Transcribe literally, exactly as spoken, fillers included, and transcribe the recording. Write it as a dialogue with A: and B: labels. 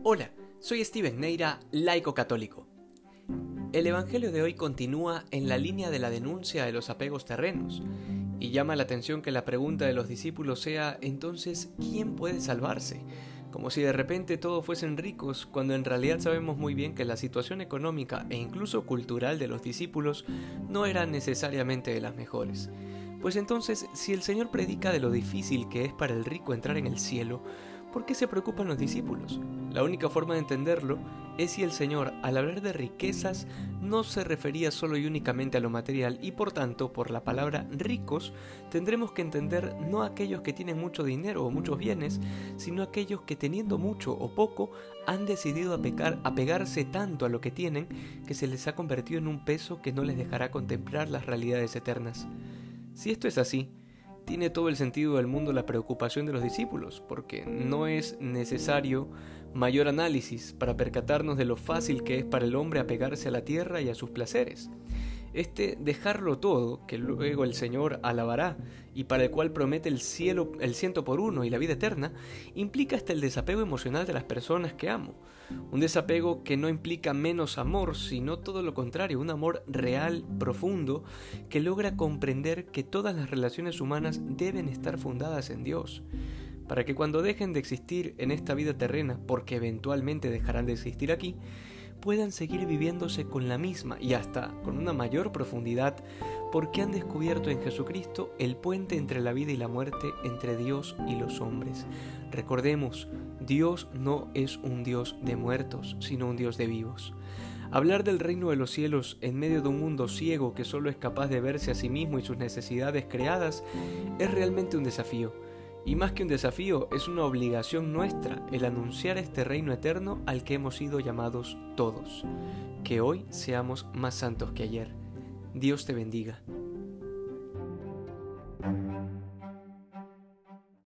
A: Hola, soy Steven Neira, laico católico. El Evangelio de hoy continúa en la línea de la denuncia de los apegos terrenos, y llama la atención que la pregunta de los discípulos sea, entonces, ¿quién puede salvarse? Como si de repente todos fuesen ricos, cuando en realidad sabemos muy bien que la situación económica e incluso cultural de los discípulos no era necesariamente de las mejores. Pues entonces, si el Señor predica de lo difícil que es para el rico entrar en el cielo, ¿por qué se preocupan los discípulos? La única forma de entenderlo es si el Señor, al hablar de riquezas, no se refería solo y únicamente a lo material y por tanto, por la palabra ricos, tendremos que entender no aquellos que tienen mucho dinero o muchos bienes, sino aquellos que teniendo mucho o poco han decidido apegar, apegarse tanto a lo que tienen que se les ha convertido en un peso que no les dejará contemplar las realidades eternas. Si esto es así, tiene todo el sentido del mundo la preocupación de los discípulos, porque no es necesario mayor análisis para percatarnos de lo fácil que es para el hombre apegarse a la tierra y a sus placeres. Este dejarlo todo, que luego el Señor alabará y para el cual promete el cielo, el ciento por uno y la vida eterna, implica hasta el desapego emocional de las personas que amo. Un desapego que no implica menos amor, sino todo lo contrario, un amor real, profundo, que logra comprender que todas las relaciones humanas deben estar fundadas en Dios, para que cuando dejen de existir en esta vida terrena, porque eventualmente dejarán de existir aquí, puedan seguir viviéndose con la misma y hasta con una mayor profundidad, porque han descubierto en Jesucristo el puente entre la vida y la muerte, entre Dios y los hombres. Recordemos, Dios no es un Dios de muertos, sino un Dios de vivos. Hablar del reino de los cielos en medio de un mundo ciego que solo es capaz de verse a sí mismo y sus necesidades creadas es realmente un desafío. Y más que un desafío, es una obligación nuestra el anunciar este reino eterno al que hemos sido llamados todos. Que hoy seamos más santos que ayer. Dios te bendiga.